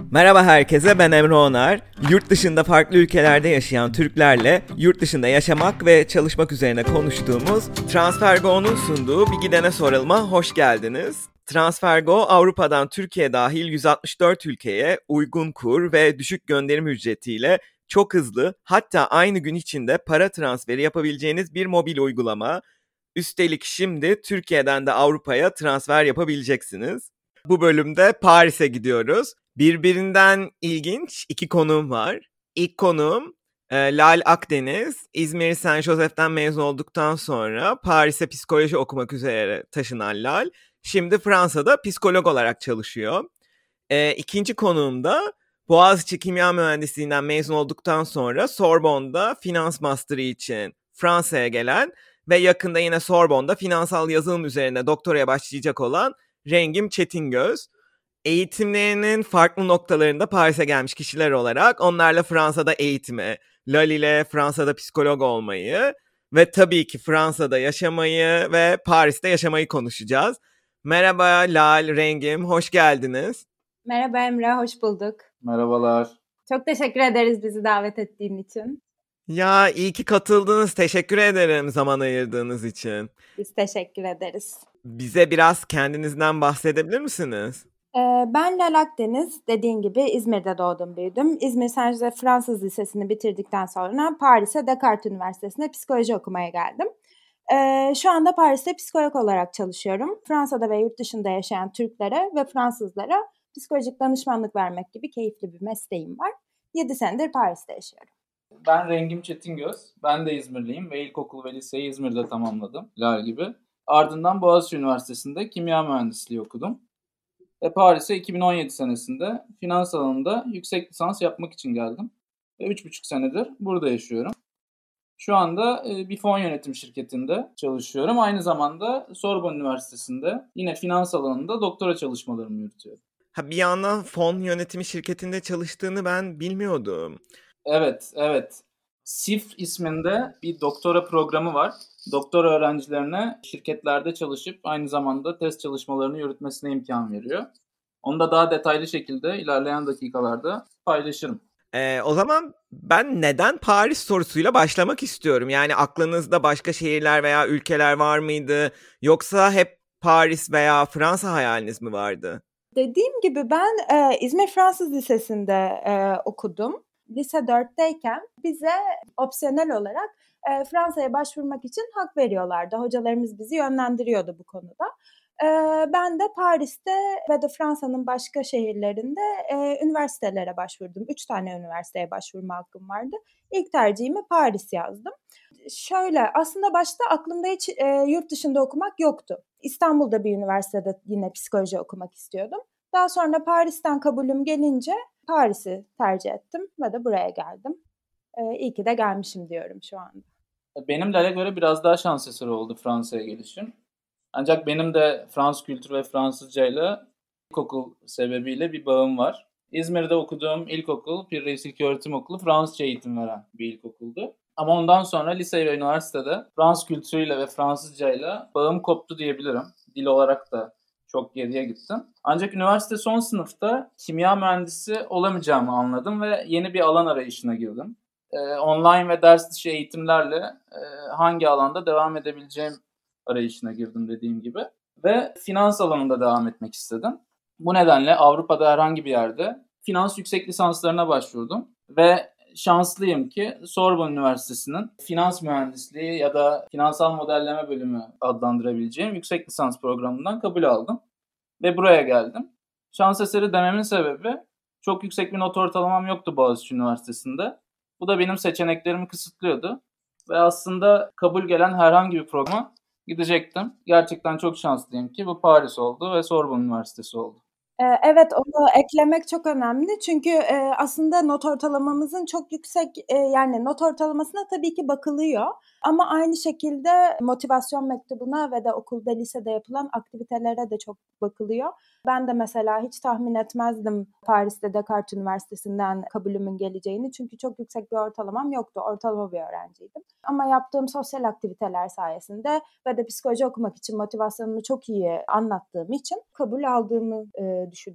Merhaba herkese, ben Emre Onar. Yurt dışında farklı ülkelerde yaşayan Türklerle yurt dışında yaşamak ve çalışmak üzerine konuştuğumuz TransferGo'nun sunduğu Bir Gidene Soralım'a hoş geldiniz. TransferGo, Avrupa'dan Türkiye dahil 164 ülkeye uygun kur ve düşük gönderim ücretiyle çok hızlı, hatta aynı gün içinde para transferi yapabileceğiniz bir mobil uygulama. Üstelik şimdi Türkiye'den de Avrupa'ya transfer yapabileceksiniz. Bu bölümde Paris'e gidiyoruz. Birbirinden ilginç iki konuğum var. İlk konuğum Lal Akdeniz. İzmir Saint Joseph'ten mezun olduktan sonra Paris'e psikoloji okumak üzere taşınan Lal, şimdi Fransa'da psikolog olarak çalışıyor. İkinci konuğum da Boğaziçi Kimya Mühendisliğinden mezun olduktan sonra Sorbonne'da finans master'ı için Fransa'ya gelen ve yakında yine Sorbonne'da finansal yazılım üzerine doktoraya başlayacak olan Rengim Çetingöz. Eğitimlerinin farklı noktalarında Paris'e gelmiş kişiler olarak onlarla Fransa'da eğitimi, Lal ile Fransa'da psikolog olmayı ve tabii ki Fransa'da yaşamayı ve Paris'te yaşamayı konuşacağız. Merhaba Lal, Rengim, hoş geldiniz. Merhaba Emre, hoş bulduk. Merhabalar. Çok teşekkür ederiz bizi davet ettiğin için. Ya iyi ki katıldınız. Teşekkür ederim zaman ayırdığınız için. Biz teşekkür ederiz. Bize biraz kendinizden bahsedebilir misiniz? Ben Lal Akdeniz, dediğin gibi İzmir'de doğdum büyüdüm. İzmir Saint Joseph Fransız Lisesi'ni bitirdikten sonra Paris'e Descartes Üniversitesi'nde psikoloji okumaya geldim. Şu anda Paris'te psikolog olarak çalışıyorum. Fransa'da ve yurt dışında yaşayan Türklere ve Fransızlara psikolojik danışmanlık vermek gibi keyifli bir mesleğim var. 7 senedir Paris'te yaşıyorum. Ben Rengim Çetingöz. Ben de İzmirliyim ve ilkokul ve liseyi İzmir'de tamamladım. Lal gibi. Ardından Boğaziçi Üniversitesi'nde kimya mühendisliği okudum. Paris'e 2017 senesinde finans alanında yüksek lisans yapmak için geldim. Ve 3,5 senedir burada yaşıyorum. Şu anda bir fon yönetim şirketinde çalışıyorum. Aynı zamanda Sorbonne Üniversitesi'nde yine finans alanında doktora çalışmalarımı yürütüyorum. Bir yandan fon yönetimi şirketinde çalıştığını ben bilmiyordum. Evet. SIF isminde bir doktora programı var. Doktora öğrencilerine şirketlerde çalışıp aynı zamanda test çalışmalarını yürütmesine imkan veriyor. Onu da daha detaylı şekilde ilerleyen dakikalarda paylaşırım. O zaman ben neden Paris sorusuyla başlamak istiyorum. Yani aklınızda başka şehirler veya ülkeler var mıydı? Yoksa hep Paris veya Fransa hayaliniz mi vardı? Dediğim gibi ben İzmir Fransız Lisesi'nde okudum. Lise 4'teyken bize opsiyonel olarak Fransa'ya başvurmak için hak veriyorlardı. Hocalarımız bizi yönlendiriyordu bu konuda. Ben de Paris'te ve de Fransa'nın başka şehirlerinde üniversitelere başvurdum. 3 tane üniversiteye başvurma hakkım vardı. İlk tercihimi Paris yazdım. Şöyle, aslında başta aklımda hiç yurt dışında okumak yoktu. İstanbul'da bir üniversitede yine psikoloji okumak istiyordum. Daha sonra Paris'ten kabulüm gelince Paris'i tercih ettim ve de buraya geldim. İyi ki de gelmişim diyorum şu anda. Benim Lal'e göre biraz daha şans eseri oldu Fransa'ya gelişim. Ancak benim de Fransız kültürü ve Fransızcayla ilkokul sebebiyle bir bağım var. İzmir'de okuduğum ilkokul, Pir Reis İlköğretim Okulu Fransızca eğitim veren bir ilkokuldu. Ama ondan sonra lise ve üniversitede Fransız kültürüyle ve Fransızcayla bağım koptu diyebilirim. Dil olarak da çok geriye gittim. Ancak üniversite son sınıfta kimya mühendisi olamayacağımı anladım ve yeni bir alan arayışına girdim. Online ve ders dışı eğitimlerle hangi alanda devam edebileceğim arayışına girdim dediğim gibi. Ve finans alanında devam etmek istedim. Bu nedenle Avrupa'da herhangi bir yerde finans yüksek lisanslarına başvurdum. Ve şanslıyım ki Sorbonne Üniversitesi'nin finans mühendisliği ya da finansal modelleme bölümü adlandırabileceğim yüksek lisans programından kabul aldım. Ve buraya geldim. Şans eseri dememin sebebi çok yüksek bir not ortalamam yoktu Boğaziçi Üniversitesi'nde. Bu da benim seçeneklerimi kısıtlıyordu. Ve aslında kabul gelen herhangi bir programa gidecektim. Gerçekten çok şanslıyım ki bu Paris oldu ve Sorbonne Üniversitesi oldu. Evet, onu eklemek çok önemli. Çünkü aslında not ortalamamızın çok yüksek, yani not ortalamasına tabii ki bakılıyor. Ama aynı şekilde motivasyon mektubuna ve de okulda, lisede yapılan aktivitelere de çok bakılıyor. Ben de mesela hiç tahmin etmezdim Paris'te Descartes Üniversitesi'nden kabulümün geleceğini. Çünkü çok yüksek bir ortalamam yoktu. Ortalama bir öğrenciydim. Ama yaptığım sosyal aktiviteler sayesinde ve de psikoloji okumak için motivasyonumu çok iyi anlattığım için kabul aldığımı düşünüyorum.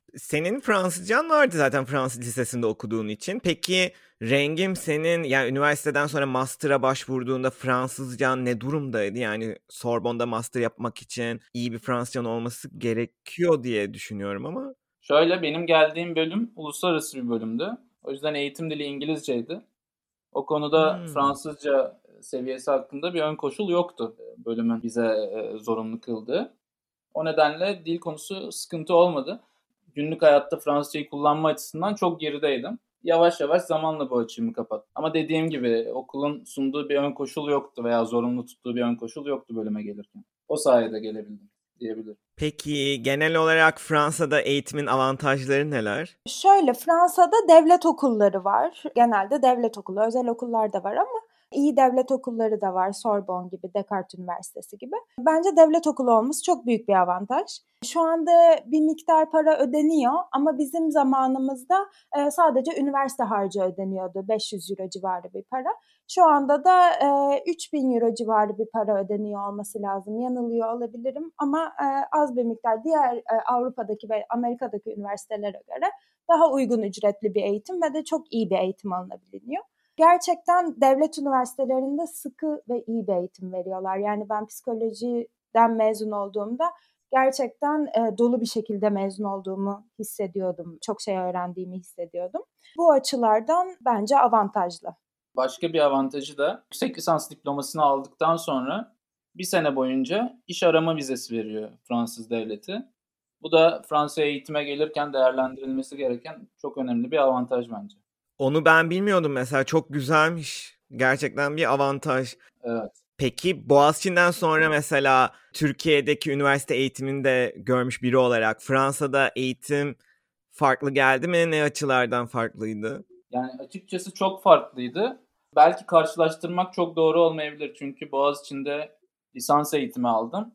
Senin Fransızcan vardı zaten Fransız lisesinde okuduğun için. Peki Rengim senin yani üniversiteden sonra master'a başvurduğunda Fransızcan ne durumdaydı? Yani Sorbonne'da master yapmak için iyi bir Fransızcan olması gerekiyor diye düşünüyorum ama. Şöyle, benim geldiğim bölüm uluslararası bir bölümdü. O yüzden eğitim dili İngilizceydi. O konuda Hmm. Fransızca seviyesi hakkında bir ön koşul yoktu bölümün bize zorunlu kıldığı. O nedenle dil konusu sıkıntı olmadı. Günlük hayatta Fransızcayı kullanma açısından çok gerideydim. Yavaş yavaş zamanla bu açığımı kapattım. Ama dediğim gibi okulun sunduğu bir ön koşul yoktu veya zorunlu tuttuğu bir ön koşul yoktu bölüme gelirken. O sayede gelebildim diyebilirim. Peki genel olarak Fransa'da eğitimin avantajları neler? Şöyle, Fransa'da devlet okulları var. Genelde devlet okulu, özel okullar da var ama iyi devlet okulları da var. Sorbonne gibi, Descartes Üniversitesi gibi. Bence devlet okulu olması çok büyük bir avantaj. Şu anda bir miktar para ödeniyor ama bizim zamanımızda sadece üniversite harcı ödeniyordu. 500 euro civarı bir para. Şu anda da 3.000 euro civarı bir para ödeniyor olması lazım. Yanılıyor olabilirim ama az bir miktar diğer Avrupa'daki ve Amerika'daki üniversitelere göre daha uygun ücretli bir eğitim ve de çok iyi bir eğitim alınabiliyor. Gerçekten devlet üniversitelerinde sıkı ve iyi bir eğitim veriyorlar. Yani ben psikolojiden mezun olduğumda gerçekten dolu bir şekilde mezun olduğumu hissediyordum. Çok şey öğrendiğimi hissediyordum. Bu açılardan bence avantajlı. Başka bir avantajı da yüksek lisans diplomasını aldıktan sonra bir sene boyunca iş arama vizesi veriyor Fransız devleti. Bu da Fransa'ya eğitime gelirken değerlendirilmesi gereken çok önemli bir avantaj bence. Onu ben bilmiyordum mesela, çok güzelmiş. Gerçekten bir avantaj. Evet. Peki Boğaziçi'nden sonra mesela Türkiye'deki üniversite eğitimini de görmüş biri olarak Fransa'da eğitim farklı geldi mi? Ne açılardan farklıydı? Yani açıkçası çok farklıydı. Belki karşılaştırmak çok doğru olmayabilir. Çünkü Boğaziçi'nde lisans eğitimi aldım.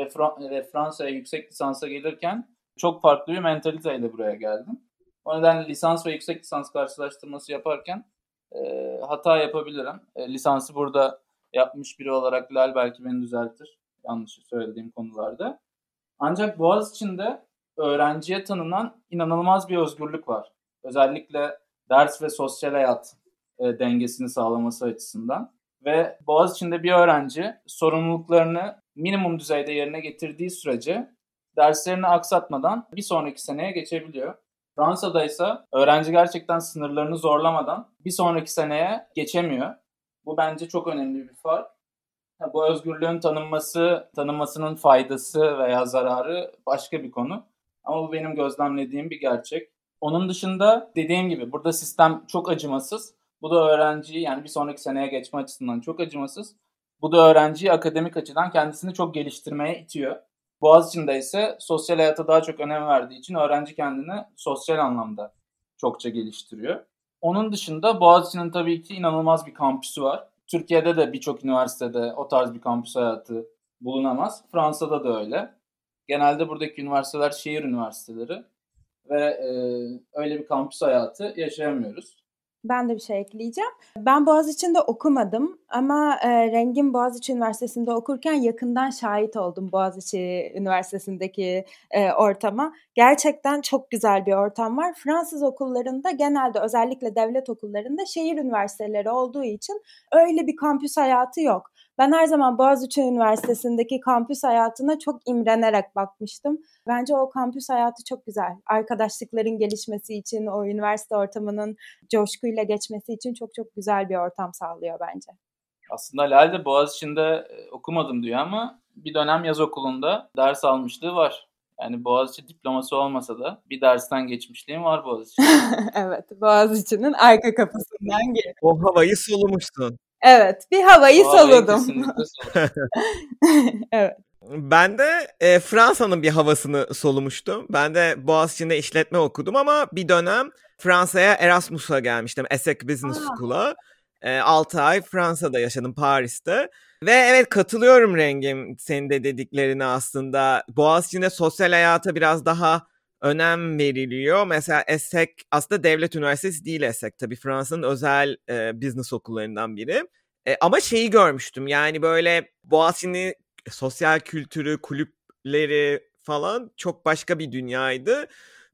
Ve Fransa'ya yüksek lisansa gelirken çok farklı bir mentaliteyle buraya geldim. O nedenle lisans ve yüksek lisans karşılaştırması yaparken hata yapabilirim. Lisansı burada yapmış biri olarak Lal belki beni düzeltir yanlış söylediğim konularda. Ancak Boğaziçi'nde öğrenciye tanınan inanılmaz bir özgürlük var. Özellikle ders ve sosyal hayat dengesini sağlaması açısından. Ve Boğaziçi'nde bir öğrenci sorumluluklarını minimum düzeyde yerine getirdiği sürece derslerini aksatmadan bir sonraki seneye geçebiliyor. Fransa'da ise öğrenci gerçekten sınırlarını zorlamadan bir sonraki seneye geçemiyor. Bu bence çok önemli bir fark. Bu özgürlüğün tanınmasının faydası veya zararı başka bir konu. Ama bu benim gözlemlediğim bir gerçek. Onun dışında dediğim gibi burada sistem çok acımasız. Bu da öğrenciyi, yani bir sonraki seneye geçme açısından çok acımasız. Bu da öğrenciyi akademik açıdan kendisini çok geliştirmeye itiyor. Boğaziçi'nde ise sosyal hayata daha çok önem verdiği için öğrenci kendini sosyal anlamda çokça geliştiriyor. Onun dışında Boğaziçi'nin tabii ki inanılmaz bir kampüsü var. Türkiye'de de birçok üniversitede o tarz bir kampüs hayatı bulunamaz. Fransa'da da öyle. Genelde buradaki üniversiteler şehir üniversiteleri ve öyle bir kampüs hayatı yaşayamıyoruz. Ben de bir şey ekleyeceğim. Ben Boğaziçi'nde okumadım ama Rengin Boğaziçi Üniversitesi'nde okurken yakından şahit oldum Boğaziçi Üniversitesi'ndeki ortama. Gerçekten çok güzel bir ortam var. Fransız okullarında genelde, özellikle devlet okullarında şehir üniversiteleri olduğu için öyle bir kampüs hayatı yok. Ben her zaman Boğaziçi Üniversitesi'ndeki kampüs hayatına çok imrenerek bakmıştım. Bence o kampüs hayatı çok güzel. Arkadaşlıkların gelişmesi için, o üniversite ortamının coşkuyla geçmesi için çok çok güzel bir ortam sağlıyor bence. Aslında Lal de Boğaziçi'nde okumadım diyor ama bir dönem yaz okulunda ders almışlığı var. Yani Boğaziçi diploması olmasa da bir dersten geçmişliğim var Boğaziçi'de. Evet, Boğaziçi'nin arka kapısından gir. O havayı solumuşsun. Evet, bir havayı O havayı soludum. kesinlikle soluyorum. Evet. Ben de Fransa'nın bir havasını solumuştum. Ben de Boğaziçi'nde işletme okudum ama bir dönem Fransa'ya Erasmus'a gelmiştim. ESSEC Business School'a. 6 ay Fransa'da yaşadım, Paris'te. Ve evet, katılıyorum Rengim senin de dediklerine aslında. Boğaziçi'nde sosyal hayata biraz daha önem veriliyor. Mesela ESSEC aslında devlet üniversitesi değil, ESSEC tabii Fransa'nın özel business okullarından biri. Ama şeyi görmüştüm, yani böyle Boğaziçi'nin sosyal kültürü, kulüpleri falan çok başka bir dünyaydı.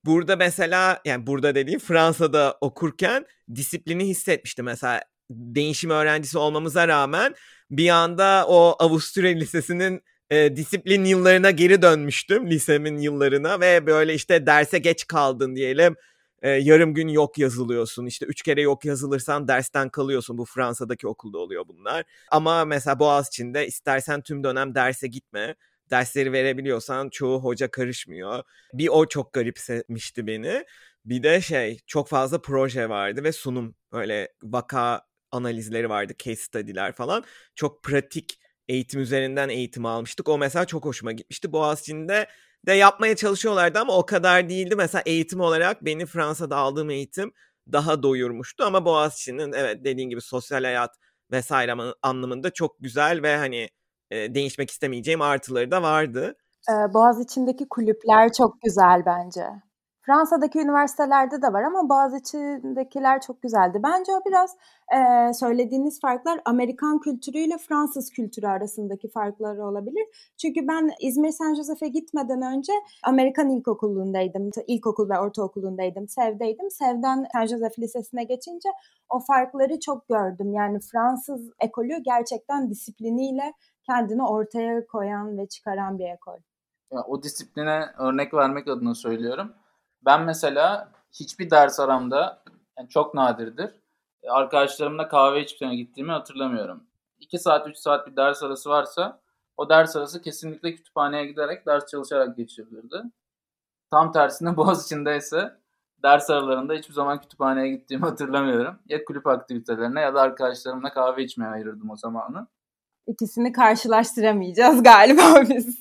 Burada mesela, yani burada dediğim Fransa'da okurken disiplini hissetmiştim. Mesela değişim öğrencisi olmamıza rağmen bir anda o Avusturya Lisesi'nin disiplin yıllarına geri dönmüştüm. Lisemin yıllarına ve böyle işte derse geç kaldın diyelim. Yarım gün yok yazılıyorsun. İşte 3 kere yok yazılırsan dersten kalıyorsun. Bu Fransa'daki okulda oluyor bunlar. Ama mesela Boğaziçi'nde istersen tüm dönem derse gitme. Dersleri verebiliyorsan çoğu hoca karışmıyor. Bir o çok garipsemişti beni. Bir de çok fazla proje vardı ve sunum, böyle vaka analizleri vardı, case study'ler falan. Çok pratik eğitim üzerinden eğitim almıştık. O mesela çok hoşuma gitmişti. Boğaziçi'nde de yapmaya çalışıyorlardı ama o kadar değildi. Mesela eğitim olarak beni Fransa'da aldığım eğitim daha doyurmuştu ama Boğaziçi'nin, evet, dediğin gibi sosyal hayat vesaire anlamında çok güzel ve hani değişmek istemeyeceğim artıları da vardı. Boğaziçi'ndeki kulüpler çok güzel bence. Fransa'daki üniversitelerde de var ama Boğaziçi'ndekiler çok güzeldi. Bence o biraz söylediğiniz farklar Amerikan kültürüyle Fransız kültürü arasındaki farklar olabilir. Çünkü ben İzmir Saint Joseph'e gitmeden önce Amerikan ilkokulundaydım. İlkokul ve ortaokulundaydım. Sev'deydim. Sev'den Saint Joseph Lisesi'ne geçince o farkları çok gördüm. Yani Fransız ekolü gerçekten disipliniyle kendini ortaya koyan ve çıkaran bir ekol. Ya, o disipline örnek vermek adına söylüyorum. Ben mesela hiçbir ders aramda, yani çok nadirdir, arkadaşlarımla kahve içip gittiğimi hatırlamıyorum. 2 saat 3 saat bir ders arası varsa o ders arası kesinlikle kütüphaneye giderek ders çalışarak geçirilirdi. Tam tersine Boğaziçi'nde ise ders aralarında hiçbir zaman kütüphaneye gittiğimi hatırlamıyorum. Ya kulüp aktivitelerine ya da arkadaşlarımla kahve içmeye ayırırdım o zamanı. İkisini karşılaştıramayacağız galiba biz.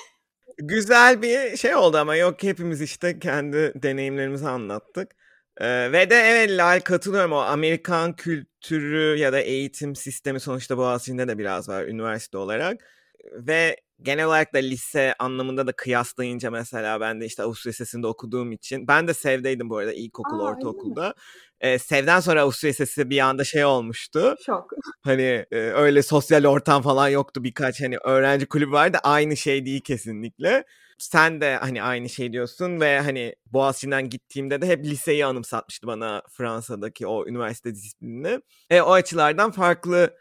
Güzel bir şey oldu ama yok, hepimiz işte kendi deneyimlerimizi anlattık. Ve de evet, Lal, katılıyorum, o Amerikan kültürü ya da eğitim sistemi sonuçta Boğaziçi'nde de biraz var üniversite olarak. Ve genel olarak da lise anlamında da kıyaslayınca mesela ben de işte Avusturya Lisesi'nde okuduğum için, ben de Sev'deydim bu arada ilkokul, ortaokulda. Sev'den sonra Avusturya Lisesi bir anda olmuştu. Şok. Hani öyle sosyal ortam falan yoktu, birkaç hani öğrenci kulübü vardı, aynı şey değil kesinlikle. Sen de hani aynı şey diyorsun ve hani Boğaziçi'nden gittiğimde de hep liseyi anımsatmıştı bana Fransa'daki o üniversite disiplinini. O açılardan farklı,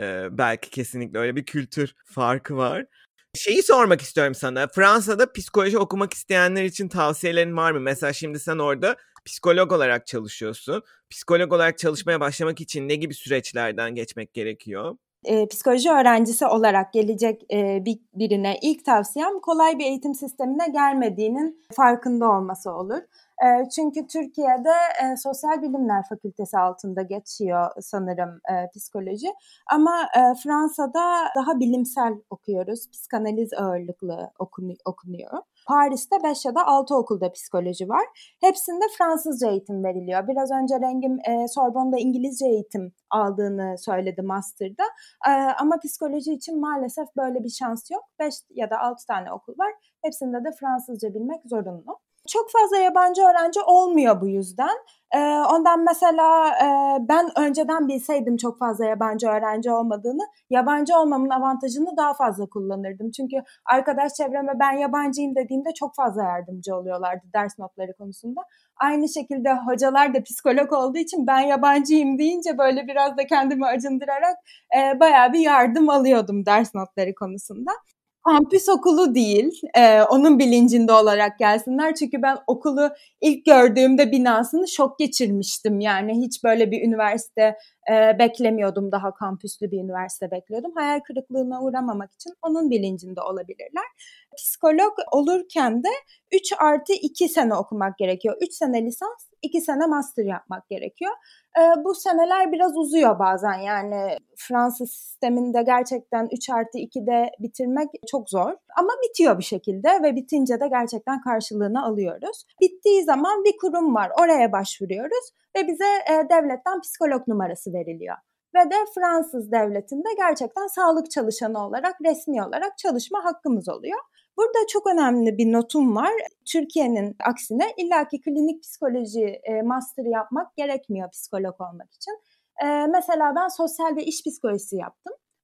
belki kesinlikle öyle bir kültür farkı var. Şeyi sormak istiyorum sana. Fransa'da psikoloji okumak isteyenler için tavsiyelerin var mı? Mesela şimdi sen orada psikolog olarak çalışıyorsun. Psikolog olarak çalışmaya başlamak için ne gibi süreçlerden geçmek gerekiyor? Psikoloji öğrencisi olarak gelecek birine ilk tavsiyem kolay bir eğitim sistemine gelmediğinin farkında olması olur. Çünkü Türkiye'de Sosyal Bilimler Fakültesi altında geçiyor sanırım psikoloji. Ama Fransa'da daha bilimsel okuyoruz. Psikanaliz ağırlıklı okunuyor. Paris'te 5 ya da 6 okulda psikoloji var. Hepsinde Fransızca eğitim veriliyor. Biraz önce Rengim Sorbonne'da İngilizce eğitim aldığını söyledi master'da. Ama psikoloji için maalesef böyle bir şans yok. 5 ya da 6 tane okul var. Hepsinde de Fransızca bilmek zorunlu. Çok fazla yabancı öğrenci olmuyor bu yüzden. Ondan mesela ben önceden bilseydim çok fazla yabancı öğrenci olmadığını, yabancı olmamın avantajını daha fazla kullanırdım. Çünkü arkadaş çevreme ben yabancıyım dediğimde çok fazla yardımcı oluyorlardı ders notları konusunda. Aynı şekilde hocalar da psikolog olduğu için ben yabancıyım deyince böyle biraz da kendimi acındırarak bayağı bir yardım alıyordum ders notları konusunda. Kampüs okulu değil, onun bilincinde olarak gelsinler. Çünkü ben okulu ilk gördüğümde binasını şok geçirmiştim. Yani hiç böyle bir üniversite beklemiyordum, daha kampüslü bir üniversite bekliyordum. Hayal kırıklığına uğramamak için onun bilincinde olabilirler. Psikolog olurken de 3+2 sene okumak gerekiyor. 3 sene lisans, 2 sene master yapmak gerekiyor. Bu seneler biraz uzuyor bazen, yani Fransız sisteminde gerçekten 3+2'de bitirmek çok zor ama bitiyor bir şekilde ve bitince de gerçekten karşılığını alıyoruz. Bittiği zaman bir kurum var, oraya başvuruyoruz ve bize devletten psikolog numarası veriliyor. Ve de Fransız devletinde gerçekten sağlık çalışanı olarak, resmi olarak çalışma hakkımız oluyor. Burada çok önemli bir notum var. Türkiye'nin aksine illaki klinik psikoloji master'ı yapmak gerekmiyor psikolog olmak için. Mesela ben sosyal ve iş psikolojisi yaptım.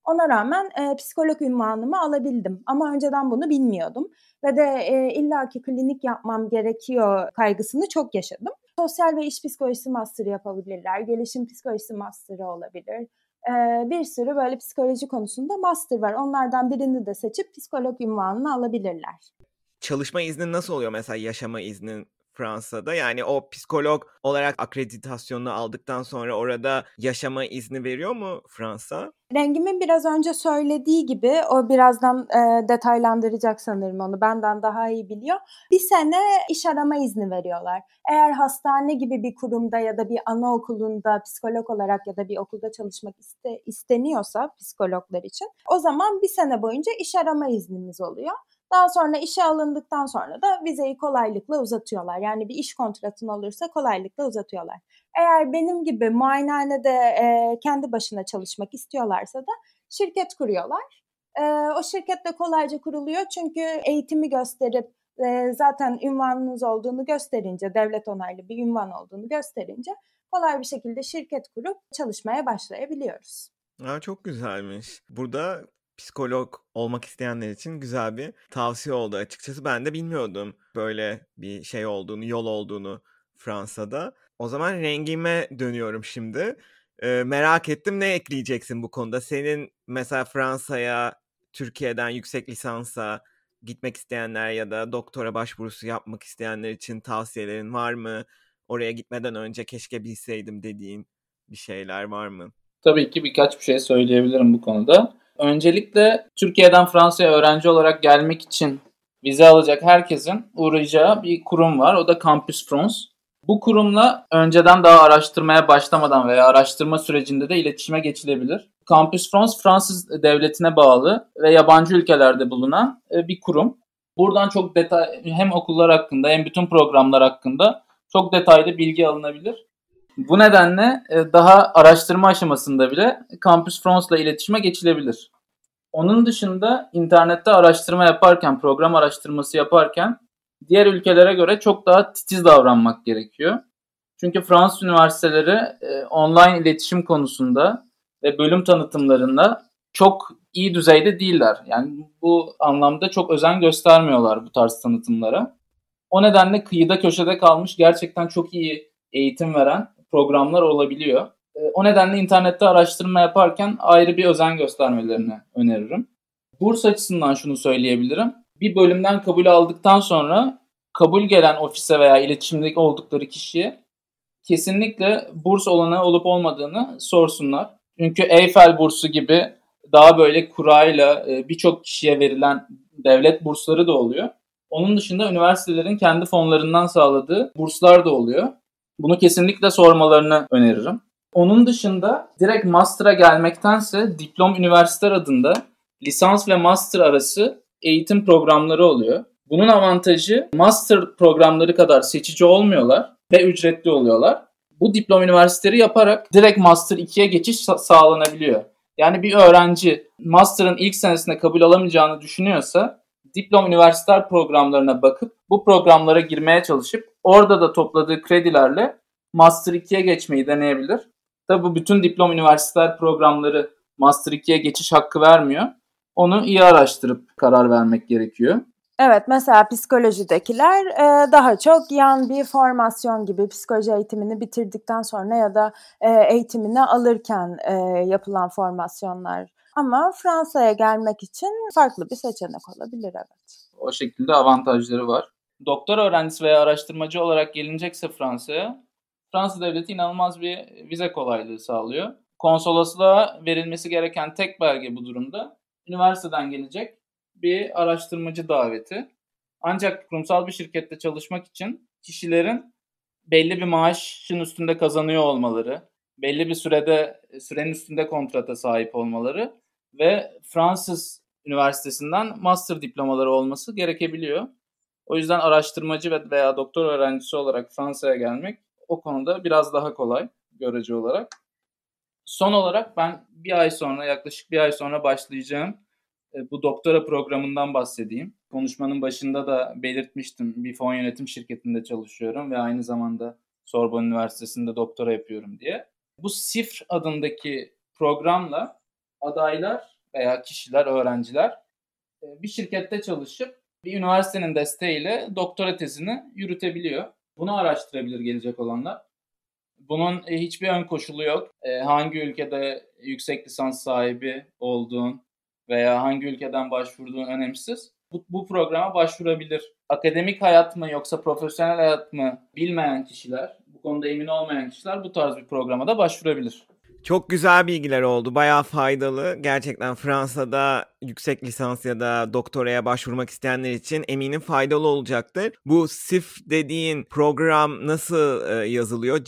Ona rağmen psikolog unvanımı alabildim. Ama önceden bunu bilmiyordum. Ve de illaki klinik yapmam gerekiyor kaygısını çok yaşadım. Sosyal ve iş psikolojisi master'ı yapabilirler. Gelişim psikolojisi master'ı olabilir. Bir sürü böyle psikoloji konusunda master var. Onlardan birini de seçip psikolog unvanını alabilirler. Çalışma izni nasıl oluyor mesela yaşama iznin Fransa'da? Yani o psikolog olarak akreditasyonunu aldıktan sonra orada yaşama izni veriyor mu Fransa? Rengimin biraz önce söylediği gibi o birazdan detaylandıracak sanırım onu. Benden daha iyi biliyor. Bir sene iş arama izni veriyorlar. Eğer hastane gibi bir kurumda ya da bir anaokulunda psikolog olarak ya da bir okulda çalışmak isteniyorsa psikologlar için o zaman bir sene boyunca iş arama iznimiz oluyor. Daha sonra işe alındıktan sonra da vizeyi kolaylıkla uzatıyorlar. Yani bir iş kontratın olursa kolaylıkla uzatıyorlar. Eğer benim gibi muayenehanede kendi başına çalışmak istiyorlarsa da şirket kuruyorlar. O şirket de kolayca kuruluyor çünkü eğitimi gösterip zaten ünvanınız olduğunu gösterince, devlet onaylı bir ünvan olduğunu gösterince kolay bir şekilde şirket kurup çalışmaya başlayabiliyoruz. Çok güzelmiş. Burada psikolog olmak isteyenler için güzel bir tavsiye oldu açıkçası. Ben de bilmiyordum böyle bir şey olduğunu, yol olduğunu Fransa'da. O zaman rengime dönüyorum şimdi. Merak ettim, ne ekleyeceksin bu konuda? Senin mesela Fransa'ya, Türkiye'den yüksek lisansa gitmek isteyenler ya da doktora başvurusu yapmak isteyenler için tavsiyelerin var mı? Oraya gitmeden önce keşke bilseydim dediğin bir şeyler var mı? Tabii ki birkaç bir şey söyleyebilirim bu konuda. Öncelikle Türkiye'den Fransa'ya öğrenci olarak gelmek için vize alacak herkesin uğrayacağı bir kurum var. O da Campus France. Bu kurumla önceden daha araştırmaya başlamadan veya araştırma sürecinde de iletişime geçilebilir. Campus France, Fransız devletine bağlı ve yabancı ülkelerde bulunan bir kurum. Buradan çok hem okullar hakkında hem bütün programlar hakkında çok detaylı bilgi alınabilir. Bu nedenle daha araştırma aşamasında bile Campus France'la iletişime geçilebilir. Onun dışında internette araştırma yaparken, program araştırması yaparken diğer ülkelere göre çok daha titiz davranmak gerekiyor. Çünkü Fransız üniversiteleri online iletişim konusunda ve bölüm tanıtımlarında çok iyi düzeyde değiller. Yani bu anlamda çok özen göstermiyorlar bu tarz tanıtımlara. O nedenle kıyıda köşede kalmış gerçekten çok iyi eğitim veren programlar olabiliyor. O nedenle internette araştırma yaparken ayrı bir özen göstermelerini öneririm. Burs açısından şunu söyleyebilirim. Bir bölümden kabul aldıktan sonra kabul gelen ofise veya iletişimdeki oldukları kişiye kesinlikle burs olanağı olup olmadığını sorsunlar. Çünkü Eiffel bursu gibi daha böyle kurayla birçok kişiye verilen devlet bursları da oluyor. Onun dışında üniversitelerin kendi fonlarından sağladığı burslar da oluyor. Bunu kesinlikle sormalarını öneririm. Onun dışında direkt master'a gelmektense diplom üniversiteler adında lisans ve master arası eğitim programları oluyor. Bunun avantajı master programları kadar seçici olmuyorlar ve ücretli oluyorlar. Bu diplom üniversiteleri yaparak direkt master 2'ye geçiş sağlanabiliyor. Yani bir öğrenci master'ın ilk senesinde kabul alamayacağını düşünüyorsa diplom üniversiteler programlarına bakıp bu programlara girmeye çalışıp orada da topladığı kredilerle Master 2'ye geçmeyi deneyebilir. Tabi bu bütün diplom üniversiteler programları Master 2'ye geçiş hakkı vermiyor. Onu iyi araştırıp karar vermek gerekiyor. Evet, mesela psikolojidekiler daha çok yan bir formasyon gibi psikoloji eğitimini bitirdikten sonra ya da eğitimini alırken yapılan formasyonlar. Ama Fransa'ya gelmek için farklı bir seçenek olabilir, evet. O şekilde avantajları var. Doktor öğrencisi veya araştırmacı olarak gelinecekse Fransa'ya, Fransa devleti inanılmaz bir vize kolaylığı sağlıyor. Konsolosluğa verilmesi gereken tek belge bu durumda üniversiteden gelecek bir araştırmacı daveti. Ancak kurumsal bir şirkette çalışmak için kişilerin belli bir maaşın üstünde kazanıyor olmaları, belli bir sürenin üstünde kontrata sahip olmaları ve Fransız üniversitesinden master diplomaları olması gerekebiliyor. O yüzden araştırmacı veya doktor öğrencisi olarak Fransa'ya gelmek o konuda biraz daha kolay görece olarak. Son olarak ben yaklaşık bir ay sonra başlayacağım bu doktora programından bahsedeyim. Konuşmanın başında da belirtmiştim. Bir fon yönetim şirketinde çalışıyorum ve aynı zamanda Sorbonne Üniversitesi'nde doktora yapıyorum diye. Bu SIFR adındaki programla adaylar veya kişiler, öğrenciler bir şirkette çalışıp bir üniversitenin desteğiyle doktora tezini yürütebiliyor. Bunu araştırabilir gelecek olanlar. Bunun hiçbir ön koşulu yok. Hangi ülkede yüksek lisans sahibi olduğun veya hangi ülkeden başvurduğun önemsiz. Bu programa başvurabilir. Akademik hayat mı yoksa profesyonel hayat mı bilmeyen kişiler, bu konuda emin olmayan kişiler bu tarz bir programa da başvurabilir. Çok güzel bilgiler oldu. Bayağı faydalı. Gerçekten Fransa'da yüksek lisans ya da doktoraya başvurmak isteyenler için eminim faydalı olacaktır. Bu CIF dediğin program nasıl yazılıyor?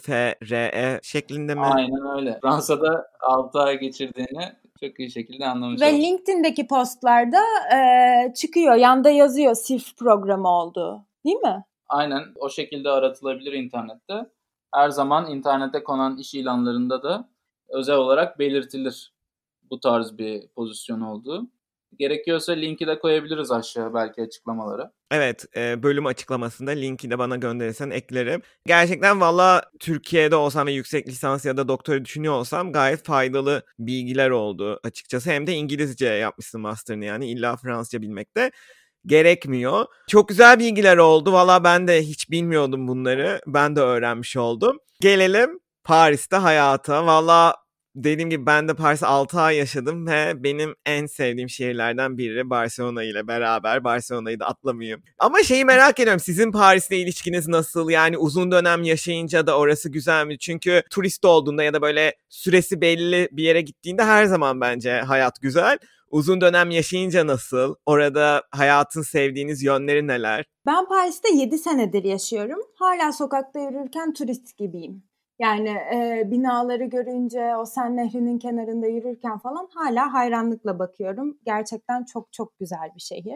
CIFRE şeklinde mi? Aynen öyle. Fransa'da 6 ay geçirdiğini çok iyi şekilde anlamış Ve oldum. LinkedIn'deki postlarda çıkıyor. Yanda yazıyor CIF programı olduğu. Değil mi? Aynen o şekilde aratılabilir internette. Her zaman internete konan iş ilanlarında da özel olarak belirtilir bu tarz bir pozisyon olduğu. Gerekiyorsa linki de koyabiliriz aşağı belki açıklamalara. Evet, bölüm açıklamasında linki de bana gönderirsen eklerim. Gerçekten valla Türkiye'de olsam ve yüksek lisans ya da doktora düşünüyor olsam gayet faydalı bilgiler oldu açıkçası. Hem de İngilizce yapmışsın master'ını, yani illa Fransızca bilmek de gerekmiyor. Çok güzel bilgiler oldu. Valla ben de hiç bilmiyordum bunları. Ben de öğrenmiş oldum. Gelelim Paris'te hayata. Valla dediğim gibi ben de Paris'te 6 ay yaşadım ve benim en sevdiğim şehirlerden biri Barcelona ile beraber. Barcelona'yı da atlamayayım. Ama şeyi merak ediyorum. Sizin Paris'le ilişkiniz nasıl? Yani uzun dönem yaşayınca da orası güzel mi? Çünkü turist olduğunda ya da böyle süresi belli bir yere gittiğinde her zaman bence hayat güzel. Uzun dönem yaşayınca nasıl? Orada hayatın sevdiğiniz yönleri neler? Ben Paris'te 7 senedir yaşıyorum. Hala sokakta yürürken turist gibiyim. Yani binaları görünce, o Sen Nehri'nin kenarında yürürken falan hala hayranlıkla bakıyorum. Gerçekten çok çok güzel bir şehir.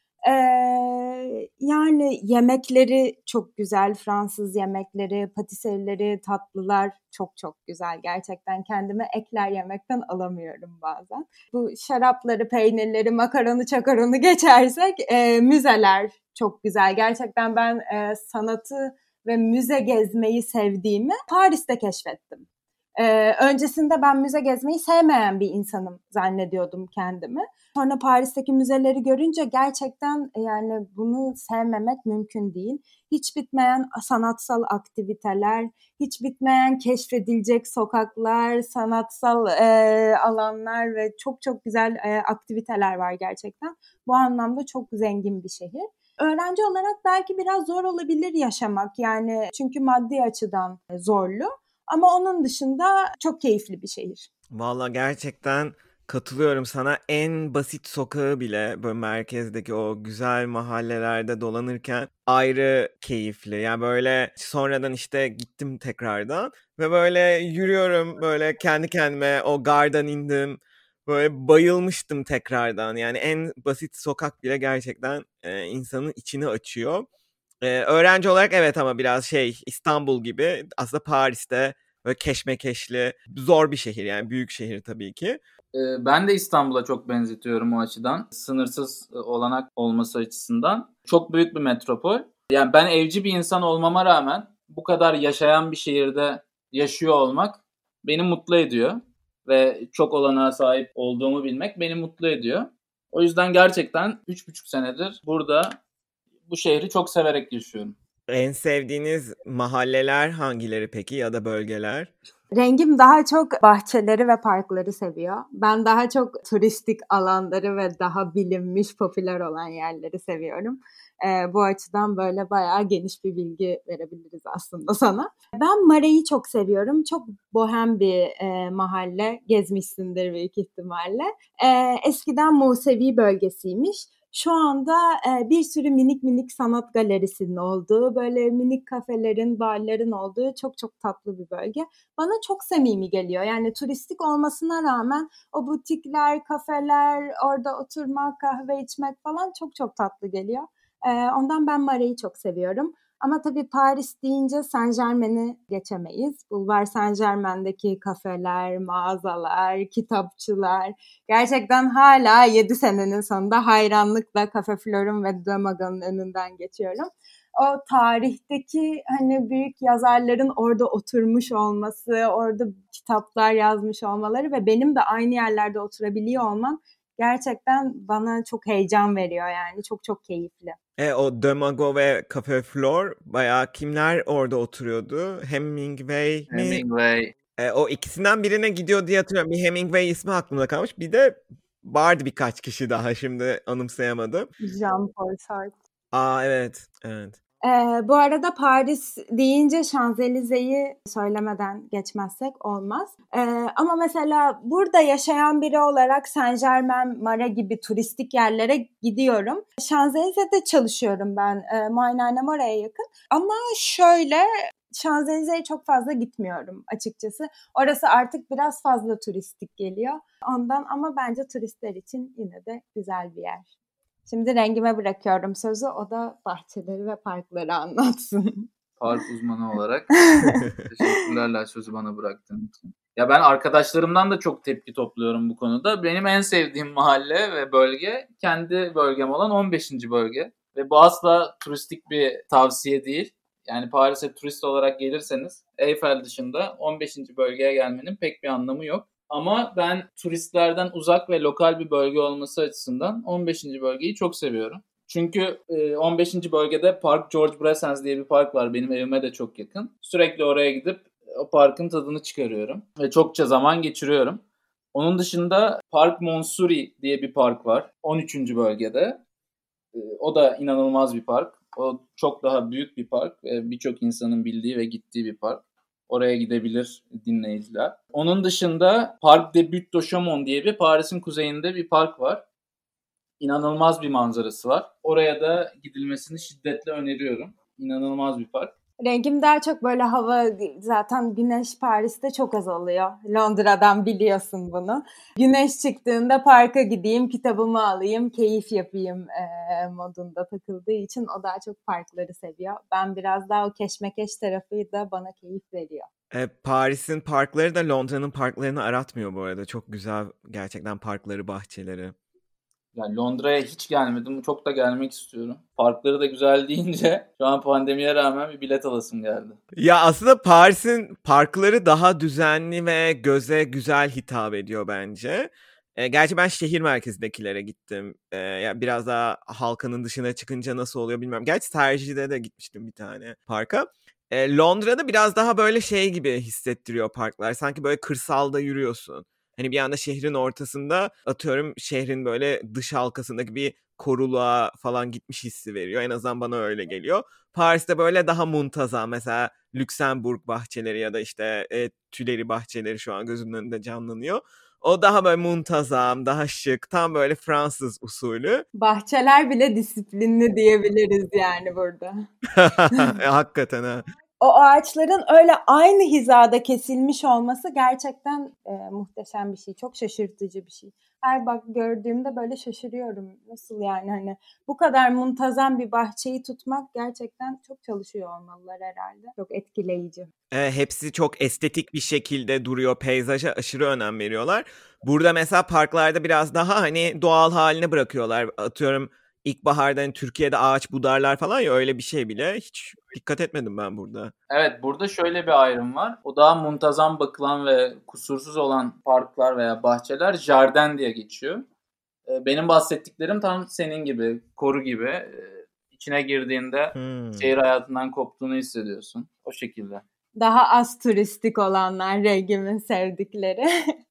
Yani yemekleri çok güzel. Fransız yemekleri, patiserileri, tatlılar çok çok güzel. Gerçekten kendime ekler yemekten alamıyorum bazen. Bu şarapları, peynirleri, makaronu, çakaronu geçersek müzeler çok güzel. Gerçekten ben sanatı ve müze gezmeyi sevdiğimi Paris'te keşfettim. Öncesinde ben müze gezmeyi sevmeyen bir insanım zannediyordum kendimi. Sonra Paris'teki müzeleri görünce gerçekten yani bunu sevmemek mümkün değil. Hiç bitmeyen sanatsal aktiviteler, hiç bitmeyen keşfedilecek sokaklar, sanatsal alanlar ve çok çok güzel aktiviteler var gerçekten. Bu anlamda çok zengin bir şehir. Öğrenci olarak belki biraz zor olabilir yaşamak, yani çünkü maddi açıdan zorlu. Ama onun dışında çok keyifli bir şehir. Vallahi gerçekten katılıyorum sana. En basit sokağı bile böyle merkezdeki o güzel mahallelerde dolanırken ayrı keyifli. Yani böyle sonradan işte gittim tekrardan ve böyle yürüyorum, böyle kendi kendime o gardan indim. Böyle bayılmıştım tekrardan. Yani en basit sokak bile gerçekten insanın içini açıyor. Öğrenci olarak evet, ama biraz İstanbul gibi aslında Paris'te böyle keşmekeşli, zor bir şehir, yani büyük şehir tabii ki. Ben de İstanbul'a çok benzetiyorum o açıdan. Sınırsız olanak olması açısından. Çok büyük bir metropol. Yani ben evci bir insan olmama rağmen bu kadar yaşayan bir şehirde yaşıyor olmak beni mutlu ediyor. Ve çok olanağa sahip olduğumu bilmek beni mutlu ediyor. O yüzden gerçekten 3,5 senedir burada bu şehri çok severek yaşıyorum. En sevdiğiniz mahalleler hangileri peki, ya da bölgeler? Rengim daha çok bahçeleri ve parkları seviyor. Ben daha çok turistik alanları ve daha bilinmiş, popüler olan yerleri seviyorum. Bu açıdan böyle bayağı geniş bir bilgi verebiliriz aslında sana. Ben Marais çok seviyorum. Çok bohem bir mahalle. Gezmişsindir büyük ihtimalle. Eskiden Musevi bölgesiymiş. Şu anda bir sürü minik minik sanat galerisinin olduğu, böyle minik kafelerin, barların olduğu çok çok tatlı bir bölge. Bana çok samimi geliyor. Yani turistik olmasına rağmen o butikler, kafeler, orada oturmak, kahve içmek falan çok çok tatlı geliyor. Ondan ben Marais çok seviyorum. Ama tabii Paris deyince Saint-Germain'i geçemeyiz. Boulevard Saint-Germain'deki kafeler, mağazalar, kitapçılar. Gerçekten hala 7 senenin sonunda hayranlıkla Cafe Flor'un ve Damaga'nın önünden geçiyorum. o tarihteki hani büyük yazarların orada oturmuş olması, orada kitaplar yazmış olmaları ve benim de aynı yerlerde oturabiliyor olmam gerçekten bana çok heyecan veriyor yani. Çok çok keyifli. O De Mago ve Café Flor bayağı kimler orada oturuyordu? Hemingway mi? Hemingway. O ikisinden birine gidiyor diye hatırlıyorum. Bir Hemingway ismi aklımda kalmış. Bir de vardı birkaç kişi daha, şimdi anımsayamadım. Jean-Paul Sartre. Evet, evet. Bu arada Paris deyince Şanzelize'yi söylemeden geçmezsek olmaz. Ama mesela burada yaşayan biri olarak Saint-Germain, Marais gibi turistik yerlere gidiyorum. Şanzelize'de çalışıyorum ben. Muayenehanem oraya yakın. Ama şöyle, Şanzelize'ye çok fazla gitmiyorum açıkçası. Orası artık biraz fazla turistik geliyor. Ondan, ama bence turistler için yine de güzel bir yer. Şimdi Rengime bırakıyorum sözü. O da bahçeleri ve parkları anlatsın. Park uzmanı olarak teşekkürler sözü bana bıraktığın için. Ya ben arkadaşlarımdan da çok tepki topluyorum bu konuda. Benim en sevdiğim mahalle ve bölge kendi bölgem olan 15. bölge. Ve bu asla turistik bir tavsiye değil. Yani Paris'e turist olarak gelirseniz Eyfel dışında 15. bölgeye gelmenin pek bir anlamı yok. Ama ben turistlerden uzak ve lokal bir bölge olması açısından 15. bölgeyi çok seviyorum. Çünkü 15. bölgede Park Georges Brassens diye bir park var. Benim evime de çok yakın. Sürekli oraya gidip o parkın tadını çıkarıyorum. Ve çokça zaman geçiriyorum. Onun dışında Park Montsouris diye bir park var. 13. bölgede. O da inanılmaz bir park. O çok daha büyük bir park. Birçok insanın bildiği ve gittiği bir park. Oraya gidebilir dinleyiciler. Onun dışında Parc des Buttes de Chaumont diye bir Paris'in kuzeyinde bir park var. İnanılmaz bir manzarası var. Oraya da gidilmesini şiddetle öneriyorum. İnanılmaz bir park. Rengim daha çok böyle hava, zaten güneş Paris'te çok az oluyor. Londra'dan biliyorsun bunu. Güneş çıktığında parka gideyim, kitabımı alayım, keyif yapayım modunda takıldığı için o daha çok parkları seviyor. Ben biraz daha o keşmekeş tarafı da bana keyif veriyor. Paris'in parkları da Londra'nın parklarını aratmıyor bu arada. Çok güzel gerçekten parkları, bahçeleri. Yani Londra'ya hiç gelmedim. Çok da gelmek istiyorum. Parkları da güzel deyince şu an pandemiye rağmen bir bilet alasım geldi. Ya aslında Paris'in parkları daha düzenli ve göze güzel hitap ediyor bence. Gerçi ben şehir merkezindekilere gittim. Yani biraz daha halkanın dışına çıkınca nasıl oluyor bilmiyorum. Gerçi Tercih'de de gitmiştim bir tane parka. Londra'da biraz daha böyle şey gibi hissettiriyor parklar. Sanki böyle kırsalda yürüyorsun. Hani bir anda şehrin ortasında, atıyorum şehrin böyle dış halkasındaki bir koruluğa falan gitmiş hissi veriyor. En azından bana öyle geliyor. Paris'te böyle daha muntazam, mesela Lüksemburg bahçeleri ya da işte Tüleri bahçeleri şu an gözümün önünde canlanıyor. O daha böyle muntazam, daha şık, tam böyle Fransız usulü. Bahçeler bile disiplinli diyebiliriz yani burada. Hakikaten ha. O ağaçların öyle aynı hizada kesilmiş olması gerçekten muhteşem bir şey. Çok şaşırtıcı bir şey. Her bak gördüğümde böyle şaşırıyorum. Nasıl yani, hani bu kadar muntazam bir bahçeyi tutmak gerçekten çok çalışıyor olmalılar herhalde. Çok etkileyici. Hepsi çok estetik bir şekilde duruyor. Peyzaja aşırı önem veriyorlar. Burada mesela parklarda biraz daha hani doğal haline bırakıyorlar. Atıyorum ilkbaharda hani Türkiye'de ağaç budarlar falan ya, öyle bir şey bile hiç dikkat etmedim ben burada. Evet, burada şöyle bir ayrım var. O daha muntazam bakılan ve kusursuz olan parklar veya bahçeler jardin diye geçiyor. Benim bahsettiklerim tam senin gibi, koru gibi. İçine girdiğinde şehir hayatından koptuğunu hissediyorsun. O şekilde. Daha az turistik olanlar Rengimin sevdikleri.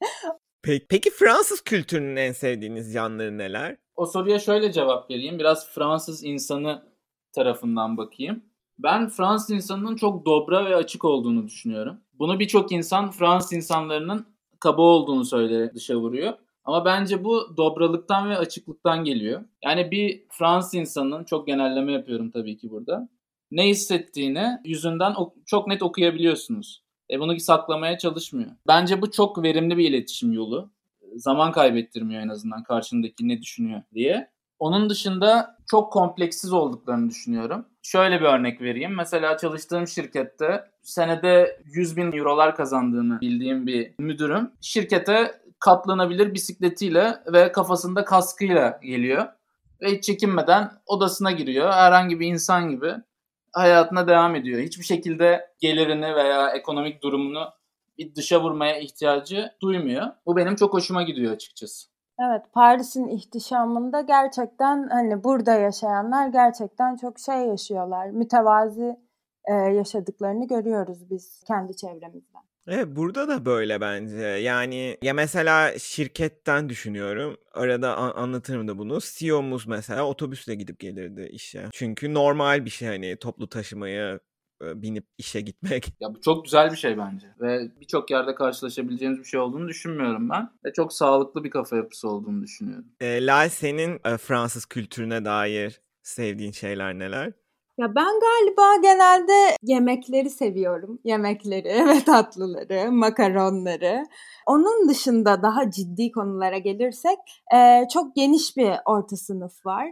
Peki Fransız kültürünün en sevdiğiniz yanları neler? O soruya şöyle cevap vereyim. Biraz Fransız insanı tarafından bakayım. Ben Fransız insanının çok dobra ve açık olduğunu düşünüyorum. Bunu birçok insan Fransız insanlarının kaba olduğunu söyleyerek dışa vuruyor. Ama bence bu dobralıktan ve açıklıktan geliyor. Yani bir Fransız insanının, çok genelleme yapıyorum tabii ki burada, ne hissettiğini yüzünden çok net okuyabiliyorsunuz. Bunu saklamaya çalışmıyor. Bence bu çok verimli bir iletişim yolu. Zaman kaybettirmiyor en azından karşındaki ne düşünüyor diye. Onun dışında çok kompleksiz olduklarını düşünüyorum. Şöyle bir örnek vereyim. Mesela çalıştığım şirkette senede 100.000 eurolar kazandığını bildiğim bir müdürüm şirkete katlanabilir bisikletiyle ve kafasında kaskıyla geliyor. Ve hiç çekinmeden odasına giriyor. Herhangi bir insan gibi hayatına devam ediyor. Hiçbir şekilde gelirini veya ekonomik durumunu bir dışa vurmaya ihtiyacı duymuyor. Bu benim çok hoşuma gidiyor açıkçası. Evet, Paris'in ihtişamında gerçekten hani burada yaşayanlar gerçekten çok şey yaşıyorlar. Mütevazi yaşadıklarını görüyoruz biz kendi çevremizden. Evet, burada da böyle bence. Yani ya mesela şirketten düşünüyorum. Arada anlatırım da bunu. CEO'muz mesela otobüsle gidip gelirdi işe. Çünkü normal bir şey hani toplu taşımaya binip işe gitmek. Ya bu çok güzel bir şey bence. Ve birçok yerde karşılaşabileceğimiz bir şey olduğunu düşünmüyorum ben. Ve çok sağlıklı bir kafa yapısı olduğunu düşünüyorum. Lal, senin Fransız kültürüne dair sevdiğin şeyler neler? Ya ben galiba genelde yemekleri seviyorum. Yemekleri ve tatlıları, makaronları. Onun dışında daha ciddi konulara gelirsek çok geniş bir orta sınıf var.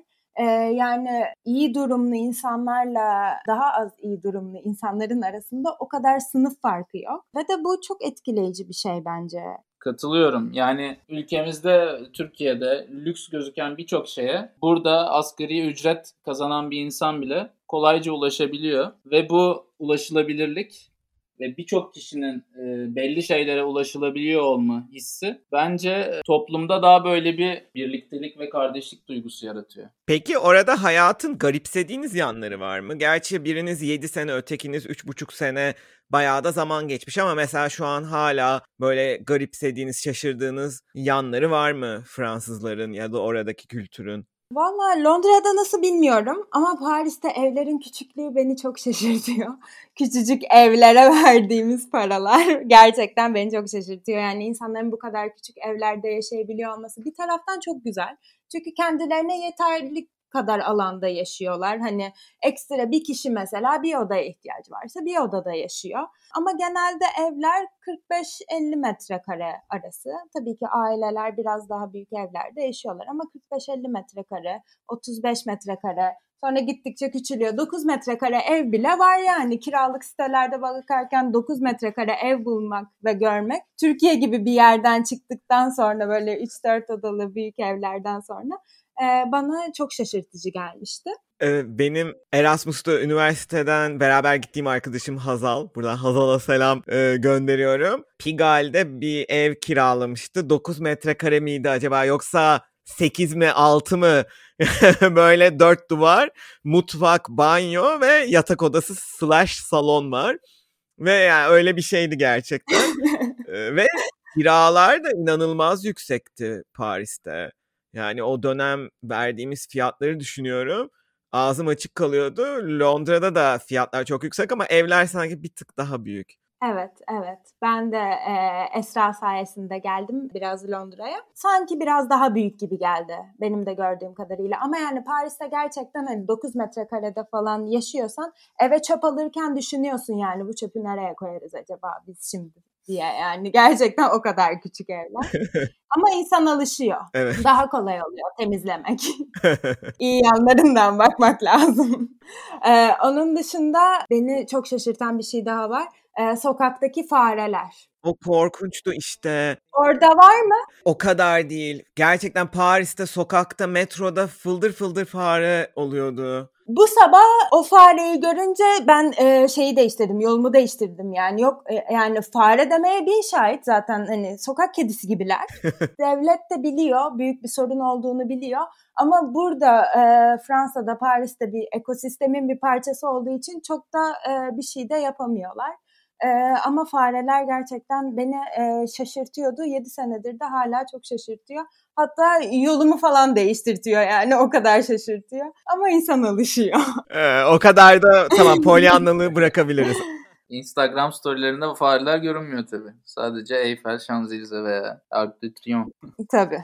Yani iyi durumlu insanlarla daha az iyi durumlu insanların arasında o kadar sınıf farkı yok. Ve de bu çok etkileyici bir şey bence. Katılıyorum. Yani ülkemizde, Türkiye'de lüks gözüken birçok şeye burada asgari ücret kazanan bir insan bile kolayca ulaşabiliyor. Ve bu ulaşılabilirlik ve birçok kişinin belli şeylere ulaşılabiliyor olma hissi bence toplumda daha böyle bir birliktelik ve kardeşlik duygusu yaratıyor. Peki orada hayatın garipsediğiniz yanları var mı? Gerçi biriniz 7 sene, ötekiniz 3,5 sene, bayağı da zaman geçmiş ama mesela şu an hala böyle garipsediğiniz, şaşırdığınız yanları var mı Fransızların ya da oradaki kültürün? Valla Londra'da nasıl bilmiyorum ama Paris'te evlerin küçüklüğü beni çok şaşırtıyor. Küçücük evlere verdiğimiz paralar gerçekten beni çok şaşırtıyor. Yani insanların bu kadar küçük evlerde yaşayabiliyor olması bir taraftan çok güzel. Çünkü kendilerine yeterli kadar alanda yaşıyorlar. Hani ekstra bir kişi mesela bir odaya ihtiyacı varsa bir odada yaşıyor. Ama genelde evler 45-50 metrekare arası. Tabii ki aileler biraz daha büyük evlerde yaşıyorlar ama 45-50 metrekare, 35 metrekare, sonra gittikçe küçülüyor. 9 metrekare ev bile var yani. Kiralık sitelerde bakarken 9 metrekare ev bulmak ve görmek. Türkiye gibi bir yerden çıktıktan sonra böyle 3-4 odalı büyük evlerden sonra bana çok şaşırtıcı gelmişti. Benim Erasmus'ta üniversiteden beraber gittiğim arkadaşım Hazal. Buradan Hazal'a selam gönderiyorum. Pigalle bir ev kiralamıştı. 9 metrekare miydi acaba yoksa 8 mi 6 mı? Böyle 4 duvar, mutfak, banyo ve yatak odası / salon var. Ve yani öyle bir şeydi gerçekten. Ve kiralar da inanılmaz yüksekti Paris'te. Yani o dönem verdiğimiz fiyatları düşünüyorum. Ağzım açık kalıyordu. Londra'da da fiyatlar çok yüksek ama evler sanki bir tık daha büyük. Evet, evet. Ben de Esra sayesinde geldim biraz Londra'ya. Sanki biraz daha büyük gibi geldi benim de gördüğüm kadarıyla. Ama yani Paris'te gerçekten hani 9 metrekarede falan yaşıyorsan eve çöp alırken düşünüyorsun yani bu çöpü nereye koyarız acaba biz şimdi diye. Yani gerçekten o kadar küçük evler. Ama insan alışıyor. Evet. Daha kolay oluyor temizlemek. İyi yanlarından bakmak lazım. Onun dışında beni çok şaşırtan bir şey daha var. Sokaktaki fareler. O korkunçtu işte. Orada var mı? O kadar değil. Gerçekten Paris'te sokakta, metroda fıldır fıldır fare oluyordu. Bu sabah o fareyi görünce ben şeyi değiştirdim, yolumu değiştirdim yani. Yok yani fare demeye bin şahit zaten hani sokak kedisi gibiler. Devlet de biliyor, büyük bir sorun olduğunu biliyor. Ama burada Fransa'da, Paris'te bir ekosistemin bir parçası olduğu için çok da bir şey de yapamıyorlar. Ama fareler gerçekten beni şaşırtıyordu. 7 senedir de hala çok şaşırtıyor. Hatta yolumu falan değiştirtiyor yani o kadar şaşırtıyor. Ama insan alışıyor. O kadar da tamam polyannalığı bırakabiliriz. Instagram storylerinde bu fareler görünmüyor tabii. Sadece Eiffel, Champs-Élysées veya Arc de Triomphe. Tabii.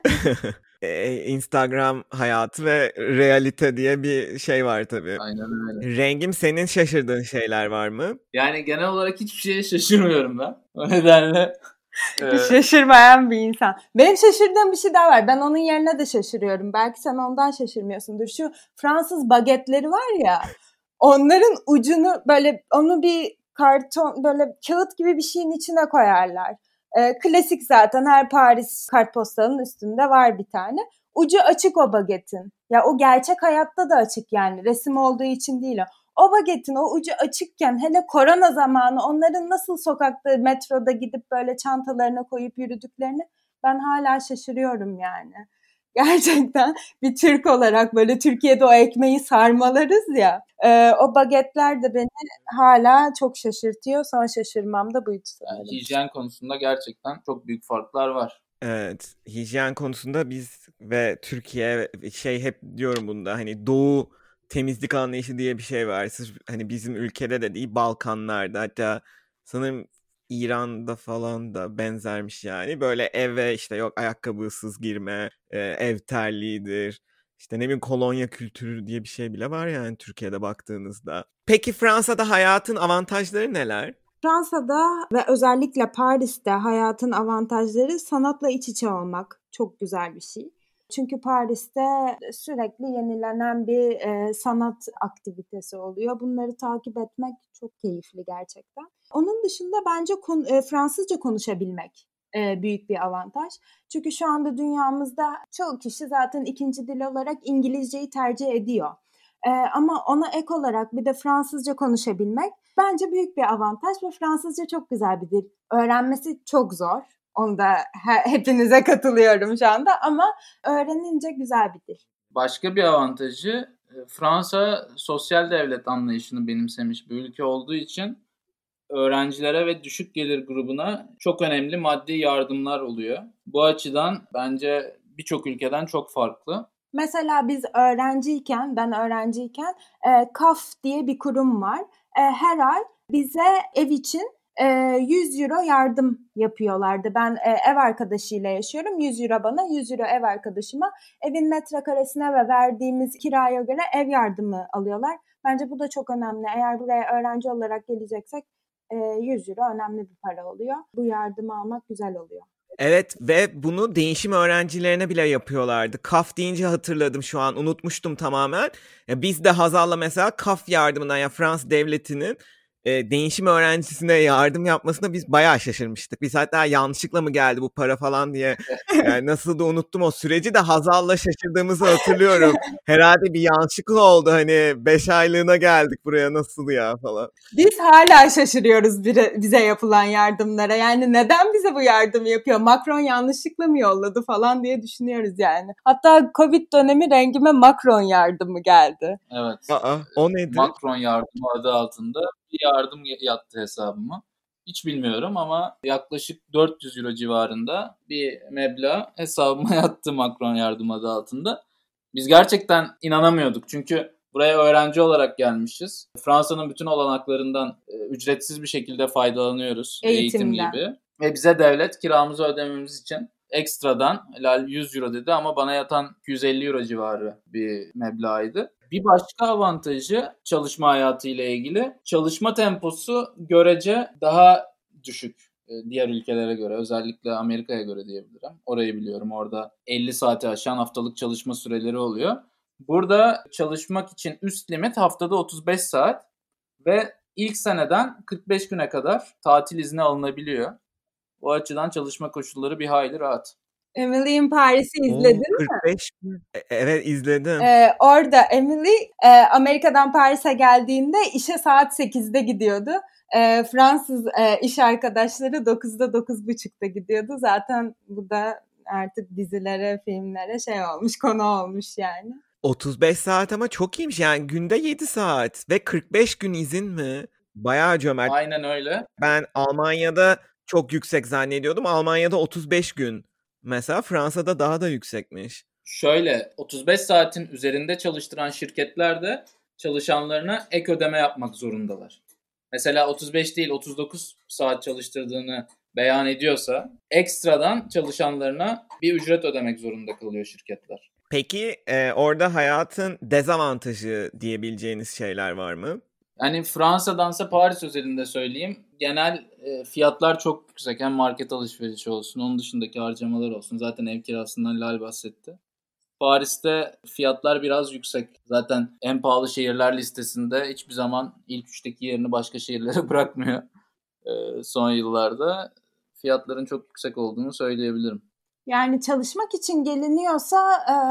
Instagram hayatı ve realite diye bir şey var tabii. Aynen öyle. Rengim, senin şaşırdığın şeyler var mı? Yani genel olarak hiçbir şeye şaşırmıyorum ben. O nedenle şaşırmayan bir insan. Benim şaşırdığım bir şey daha var. Ben onun yerine de şaşırıyorum. Belki sen ondan şaşırmıyorsundur. Şu Fransız bagetleri var ya. Onların ucunu böyle onu bir karton böyle kağıt gibi bir şeyin içine koyarlar. Klasik zaten her Paris kartpostalının üstünde var bir tane. Ucu açık o bagetin. Ya o gerçek hayatta da açık yani. Resim olduğu için değil o. o bagetin o ucu açıkken, hele korona zamanı onların nasıl sokakta, metroda gidip böyle çantalarına koyup yürüdüklerini ben hala şaşırıyorum yani. Gerçekten bir Türk olarak böyle Türkiye'de o ekmeği sarmalarız ya. O bagetler de beni hala çok şaşırtıyor. Son şaşırmam da buydu sanırım. Yani hijyen konusunda gerçekten çok büyük farklar var. Evet, hijyen konusunda biz ve Türkiye hep diyorum bunda, hani doğu temizlik anlayışı diye bir şey var. Sırf hani bizim ülkede de değil, Balkanlarda, hatta sanırım İran'da falan da benzermiş yani. Böyle eve işte yok ayakkabısız girme, ev terliğidir. İşte ne bileyim kolonya kültürü diye bir şey bile var yani Türkiye'de baktığınızda. Peki Fransa'da hayatın avantajları neler? Fransa'da ve özellikle Paris'te hayatın avantajları sanatla iç içe olmak. Çok güzel bir şey. Çünkü Paris'te sürekli yenilenen bir sanat aktivitesi oluyor. Bunları takip etmek çok keyifli gerçekten. Onun dışında bence Fransızca konuşabilmek büyük bir avantaj. Çünkü şu anda dünyamızda çoğu kişi zaten ikinci dil olarak İngilizceyi tercih ediyor. Ama ona ek olarak bir de Fransızca konuşabilmek bence büyük bir avantaj ve Fransızca çok güzel bir dil. Öğrenmesi çok zor. Onu da hepinize katılıyorum şu anda ama öğrenince güzel bir dil. Başka bir avantajı, Fransa sosyal devlet anlayışını benimsemiş bir ülke olduğu için öğrencilere ve düşük gelir grubuna çok önemli maddi yardımlar oluyor. Bu açıdan bence birçok ülkeden çok farklı. Mesela ben öğrenciyken KAF diye bir kurum var. Her ay bize ev için 100 euro yardım yapıyorlardı. Ben ev arkadaşıyla yaşıyorum. 100 euro bana, 100 euro ev arkadaşıma. Evin metrekaresine ve verdiğimiz kiraya göre ev yardımı alıyorlar. Bence bu da çok önemli. Eğer buraya öğrenci olarak geleceksek 100 euro önemli bir para oluyor. Bu yardımı almak güzel oluyor. Evet ve bunu değişim öğrencilerine bile yapıyorlardı. KAF deyince hatırladım, şu an unutmuştum tamamen. Biz de Hazal'la mesela KAF yardımından, ya Fransız devletinin değişim öğrencisine yardım yapmasına biz bayağı şaşırmıştık. Biz hatta yanlışlıkla mı geldi bu para falan diye, yani nasıl da unuttum o süreci de, Hazal'la şaşırdığımızı hatırlıyorum. Herhalde bir yanlışlık oldu, hani 5 aylığına geldik buraya, nasıl ya falan. Biz hala şaşırıyoruz bize yapılan yardımlara. Yani neden bize bu yardımı yapıyor? Macron yanlışlıkla mı yolladı falan diye düşünüyoruz yani. Hatta Covid dönemi rengime Macron yardımı geldi. Evet. O nedir? Macron yardımı adı altında bir yardım yattı hesabıma. Hiç bilmiyorum ama yaklaşık 400 euro civarında bir meblağ hesabıma yattı Macron yardımı adı altında. Biz gerçekten inanamıyorduk çünkü buraya öğrenci olarak gelmişiz. Fransa'nın bütün olanaklarından ücretsiz bir şekilde faydalanıyoruz. Eğitim gibi. Ve bize devlet kiramızı ödememiz için ekstradan 100 euro dedi ama bana yatan 250 euro civarı bir meblağıydı. Bir başka avantajı çalışma hayatıyla ilgili. Çalışma temposu görece daha düşük diğer ülkelere göre. Özellikle Amerika'ya göre diyebilirim. Orayı biliyorum. Orada 50 saati aşan haftalık çalışma süreleri oluyor. Burada çalışmak için üst limit haftada 35 saat ve ilk seneden 45 güne kadar tatil izni alınabiliyor. Bu açıdan çalışma koşulları bir hayli rahat. Emily in Paris'i izledin mi? 45 gün. Evet, izledim. Orada Emily Amerika'dan Paris'e geldiğinde işe saat 8'de gidiyordu. Fransız iş arkadaşları 9'da 9.30'da gidiyordu. Zaten bu da artık dizilere, filmlere konu olmuş yani. 35 saat ama çok iyiymiş yani, günde 7 saat ve 45 gün izin mi? Bayağı cömert. Aynen öyle. Ben Almanya'da çok yüksek zannediyordum. Almanya'da 35 gün. Mesela Fransa'da daha da yüksekmiş. Şöyle, 35 saatin üzerinde çalıştıran şirketler de çalışanlarına ek ödeme yapmak zorundalar. Mesela 35 değil 39 saat çalıştırdığını beyan ediyorsa ekstradan çalışanlarına bir ücret ödemek zorunda kalıyor şirketler. Peki orada hayatın dezavantajı diyebileceğiniz şeyler var mı? Yani Fransa'dansa Paris özelinde söyleyeyim. Genel fiyatlar çok yüksek. Hem market alışverişi olsun, onun dışındaki harcamalar olsun. Zaten ev kirasından Lal bahsetti. Paris'te fiyatlar biraz yüksek. Zaten en pahalı şehirler listesinde hiçbir zaman ilk üçteki yerini başka şehirlere bırakmıyor son yıllarda. Fiyatların çok yüksek olduğunu söyleyebilirim. Yani çalışmak için geliniyorsa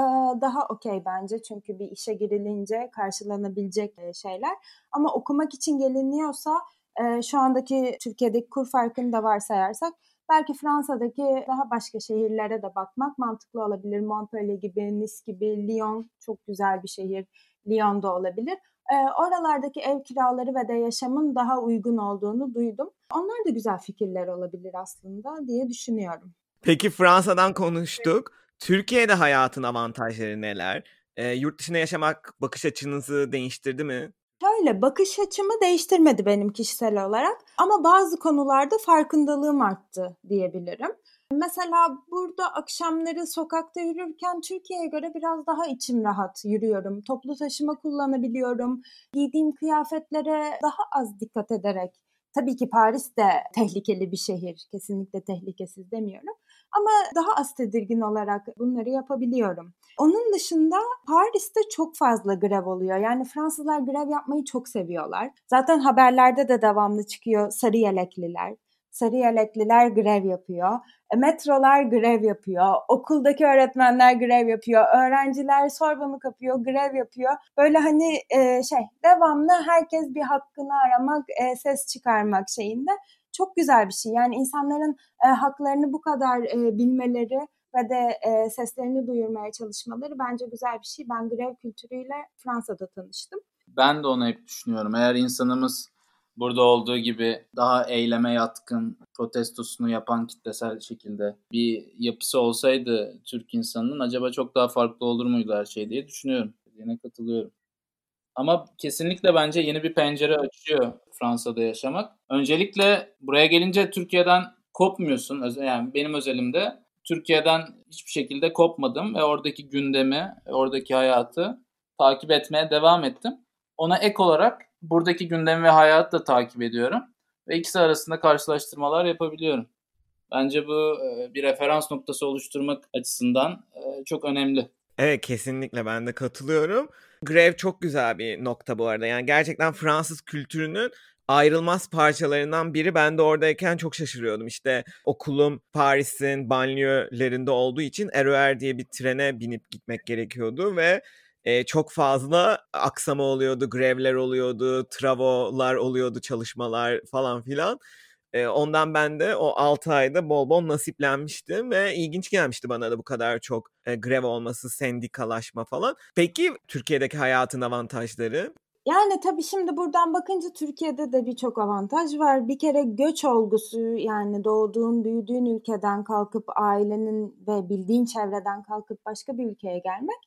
daha okey bence. Çünkü bir işe girilince karşılanabilecek şeyler. Ama okumak için geliniyorsa şu andaki Türkiye'deki kur farkını da varsayarsak belki Fransa'daki daha başka şehirlere de bakmak mantıklı olabilir. Montpellier gibi, Nice gibi, Lyon çok güzel bir şehir. Lyon'da olabilir. Oralardaki ev kiraları ve de yaşamın daha uygun olduğunu duydum. Onlar da güzel fikirler olabilir aslında diye düşünüyorum. Peki Fransa'dan konuştuk. Türkiye'de hayatın avantajları neler? Yurt dışında yaşamak bakış açınızı değiştirdi mi? Şöyle, bakış açımı değiştirmedi benim kişisel olarak ama bazı konularda farkındalığım arttı diyebilirim. Mesela burada akşamları sokakta yürürken Türkiye'ye göre biraz daha içim rahat yürüyorum. Toplu taşıma kullanabiliyorum. Giydiğim kıyafetlere daha az dikkat ederek. Tabii ki Paris de tehlikeli bir şehir. Kesinlikle tehlikesiz demiyorum. Ama daha az tedirgin olarak bunları yapabiliyorum. Onun dışında Paris'te çok fazla grev oluyor. Yani Fransızlar grev yapmayı çok seviyorlar. Zaten haberlerde de devamlı çıkıyor sarı yelekliler. Sarı yelekliler grev yapıyor. Metrolar grev yapıyor. Okuldaki öğretmenler grev yapıyor. Öğrenciler Sorbonne'u kapıyor, grev yapıyor. Böyle hani devamlı herkes bir hakkını aramak, ses çıkarmak şeyinde. Çok güzel bir şey. Yani insanların haklarını bu kadar bilmeleri ve de seslerini duyurmaya çalışmaları bence güzel bir şey. Ben grev kültürüyle Fransa'da tanıştım. Ben de onu hep düşünüyorum. Eğer insanımız burada olduğu gibi daha eyleme yatkın, protestosunu yapan kitlesel şekilde bir yapısı olsaydı Türk insanının acaba çok daha farklı olur muydu her şey diye düşünüyorum. Yine katılıyorum. Ama kesinlikle bence yeni bir pencere açıyor Fransa'da yaşamak. Öncelikle buraya gelince Türkiye'den kopmuyorsun. Yani benim özelimde Türkiye'den hiçbir şekilde kopmadım ve oradaki gündemi, oradaki hayatı takip etmeye devam ettim. Ona ek olarak buradaki gündemi ve hayatı da takip ediyorum ve ikisi arasında karşılaştırmalar yapabiliyorum. Bence bu bir referans noktası oluşturmak açısından çok önemli. Evet, kesinlikle ben de katılıyorum. Grev çok güzel bir nokta bu arada. Yani gerçekten Fransız kültürünün ayrılmaz parçalarından biri. Ben de oradayken çok şaşırıyordum. İşte okulum Paris'in banliyölerinde olduğu için RER diye bir trene binip gitmek gerekiyordu ve çok fazla aksama oluyordu, grevler oluyordu, travolar oluyordu, çalışmalar falan filan. Ondan ben de o 6 ayda bol bol nasiplenmiştim ve ilginç gelmişti bana da bu kadar çok grev olması, sendikalaşma falan. Peki Türkiye'deki hayatın avantajları? Yani tabii şimdi buradan bakınca Türkiye'de de birçok avantaj var. Bir kere göç olgusu, yani doğduğun, büyüdüğün ülkeden kalkıp ailenin ve bildiğin çevreden kalkıp başka bir ülkeye gelmek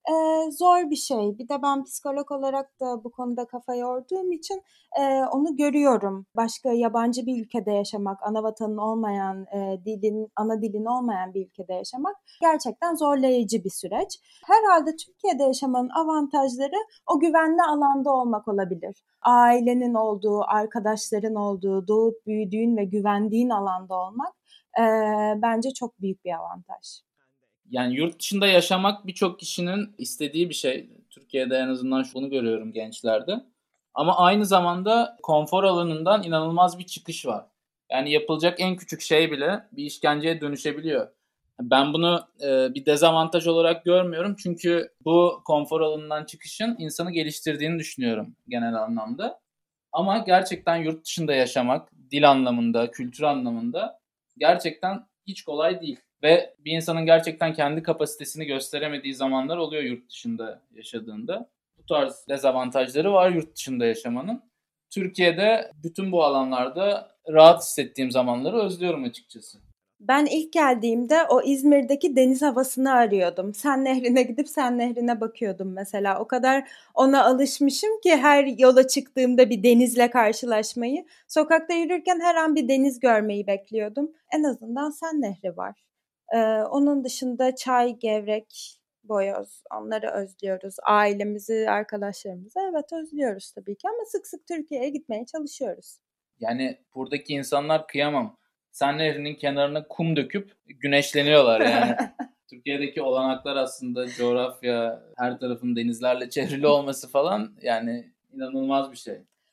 zor bir şey. Bir de ben psikolog olarak da bu konuda kafa yorduğum için onu görüyorum. Başka yabancı bir ülkede yaşamak, ana vatanın olmayan, ana dilin olmayan bir ülkede yaşamak gerçekten zorlayıcı bir süreç. Herhalde Türkiye'de yaşamanın avantajları o güvenli alanda olmak olabilir. Ailenin olduğu, arkadaşların olduğu, doğup büyüdüğün ve güvendiğin alanda olmak bence çok büyük bir avantaj. Yani yurt dışında yaşamak birçok kişinin istediği bir şey. Türkiye'de en azından şunu görüyorum gençlerde. Ama aynı zamanda konfor alanından inanılmaz bir çıkış var. Yani yapılacak en küçük şey bile bir işkenceye dönüşebiliyor. Ben bunu bir dezavantaj olarak görmüyorum. Çünkü bu konfor alanından çıkışın insanı geliştirdiğini düşünüyorum genel anlamda. Ama gerçekten yurt dışında yaşamak, dil anlamında, kültür anlamında gerçekten hiç kolay değil. Ve bir insanın gerçekten kendi kapasitesini gösteremediği zamanlar oluyor yurt dışında yaşadığında. Bu tarz dezavantajları var yurt dışında yaşamanın. Türkiye'de bütün bu alanlarda rahat hissettiğim zamanları özlüyorum açıkçası. Ben ilk geldiğimde o İzmir'deki deniz havasını arıyordum. Sen Nehri'ne gidip Sen Nehri'ne bakıyordum mesela. O kadar ona alışmışım ki her yola çıktığımda bir denizle karşılaşmayı, sokakta yürürken her an bir deniz görmeyi bekliyordum. En azından Sen Nehri var. Onun dışında çay, gevrek, boyoz, onları özlüyoruz. Ailemizi, arkadaşlarımızı evet özlüyoruz tabii ki ama sık sık Türkiye'ye gitmeye çalışıyoruz. Yani buradaki insanlar kıyamam. Sen Nehri'nin kenarına kum döküp güneşleniyorlar yani. Türkiye'deki olanaklar aslında coğrafya, her tarafın denizlerle çevrili olması falan yani inanılmaz bir şey.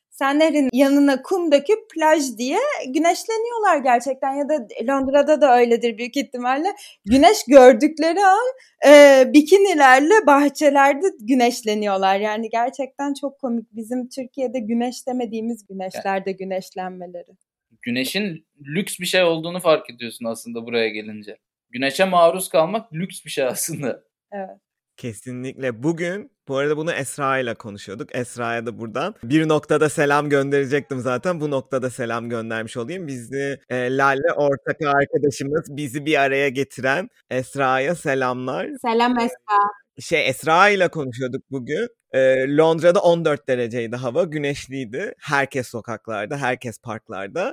Sen Nehri'nin yanına kum döküp plaj diye güneşleniyorlar gerçekten. Ya da Londra'da da öyledir büyük ihtimalle. Güneş gördükleri an bikinilerle bahçelerde güneşleniyorlar. Yani gerçekten çok komik. Bizim Türkiye'de güneş demediğimiz güneşlerde güneşlenmeleri. Güneşin lüks bir şey olduğunu fark ediyorsun aslında buraya gelince. Güneşe maruz kalmak lüks bir şey aslında. Evet. Kesinlikle. Bugün bu arada bunu Esra ile konuşuyorduk. Esra'ya da buradan bir noktada selam gönderecektim zaten. Bu noktada selam göndermiş olayım. Bizi Lale ortak arkadaşımız, bizi bir araya getiren Esra'ya selamlar. Selam Esra. Esra ile konuşuyorduk bugün. Londra'da 14 dereceydi hava. Güneşliydi. Herkes sokaklarda, herkes parklarda.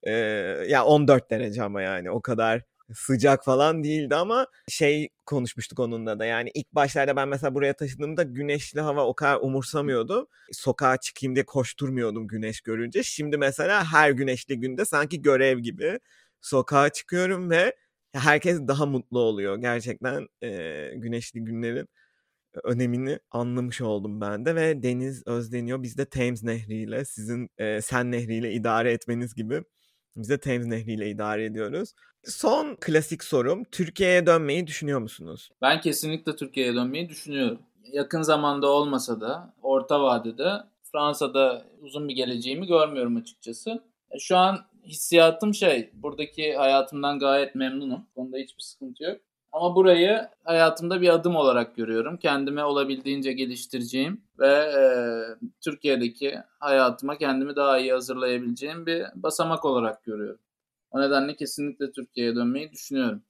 Ya 14 derece ama yani o kadar sıcak falan değildi ama konuşmuştuk onunla da. Yani ilk başlarda ben mesela buraya taşındığımda güneşli hava o kadar umursamıyordum. Sokağa çıkayım diye koşturmuyordum güneş görünce. Şimdi mesela her güneşli günde sanki görev gibi sokağa çıkıyorum ve herkes daha mutlu oluyor. Gerçekten güneşli günlerin önemini anlamış oldum ben de ve deniz özleniyor. Biz de Thames Nehri'yle sizin Sen Nehri'yle idare etmeniz gibi biz de Thames Nehri'yle idare ediyoruz. Son klasik sorum, Türkiye'ye dönmeyi düşünüyor musunuz? Ben kesinlikle Türkiye'ye dönmeyi düşünüyorum. Yakın zamanda olmasa da orta vadede Fransa'da uzun bir geleceğimi görmüyorum açıkçası. Şu an hissiyatım buradaki hayatımdan gayet memnunum. Bunda hiçbir sıkıntı yok. Ama burayı hayatımda bir adım olarak görüyorum. Kendimi olabildiğince geliştireceğim ve Türkiye'deki hayatıma kendimi daha iyi hazırlayabileceğim bir basamak olarak görüyorum. O nedenle kesinlikle Türkiye'ye dönmeyi düşünüyorum.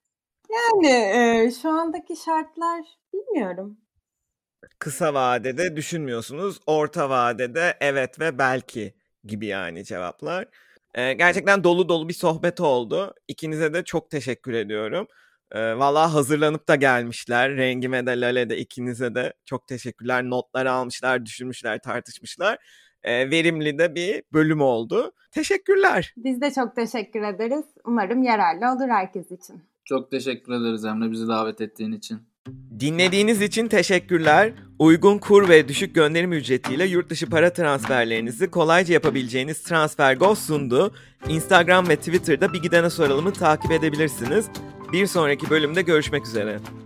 Yani şu andaki şartlar bilmiyorum. Kısa vadede düşünmüyorsunuz, orta vadede evet ve belki gibi yani cevaplar. Gerçekten dolu dolu bir sohbet oldu. İkinize de çok teşekkür ediyorum. Vallahi hazırlanıp da gelmişler. Rengime de Lale de ikinize de çok teşekkürler. Notları almışlar, düşünmüşler, tartışmışlar. Verimli de bir bölüm oldu. Teşekkürler. Biz de çok teşekkür ederiz. Umarım yararlı olur herkes için. Çok teşekkür ederiz Emre bizi davet ettiğin için. Dinlediğiniz için teşekkürler. Uygun kur ve düşük gönderim ücretiyle yurt dışı para transferlerinizi kolayca yapabileceğiniz TransferGo sundu. Instagram ve Twitter'da Bir Gidene Soralım'ı takip edebilirsiniz. Bir sonraki bölümde görüşmek üzere.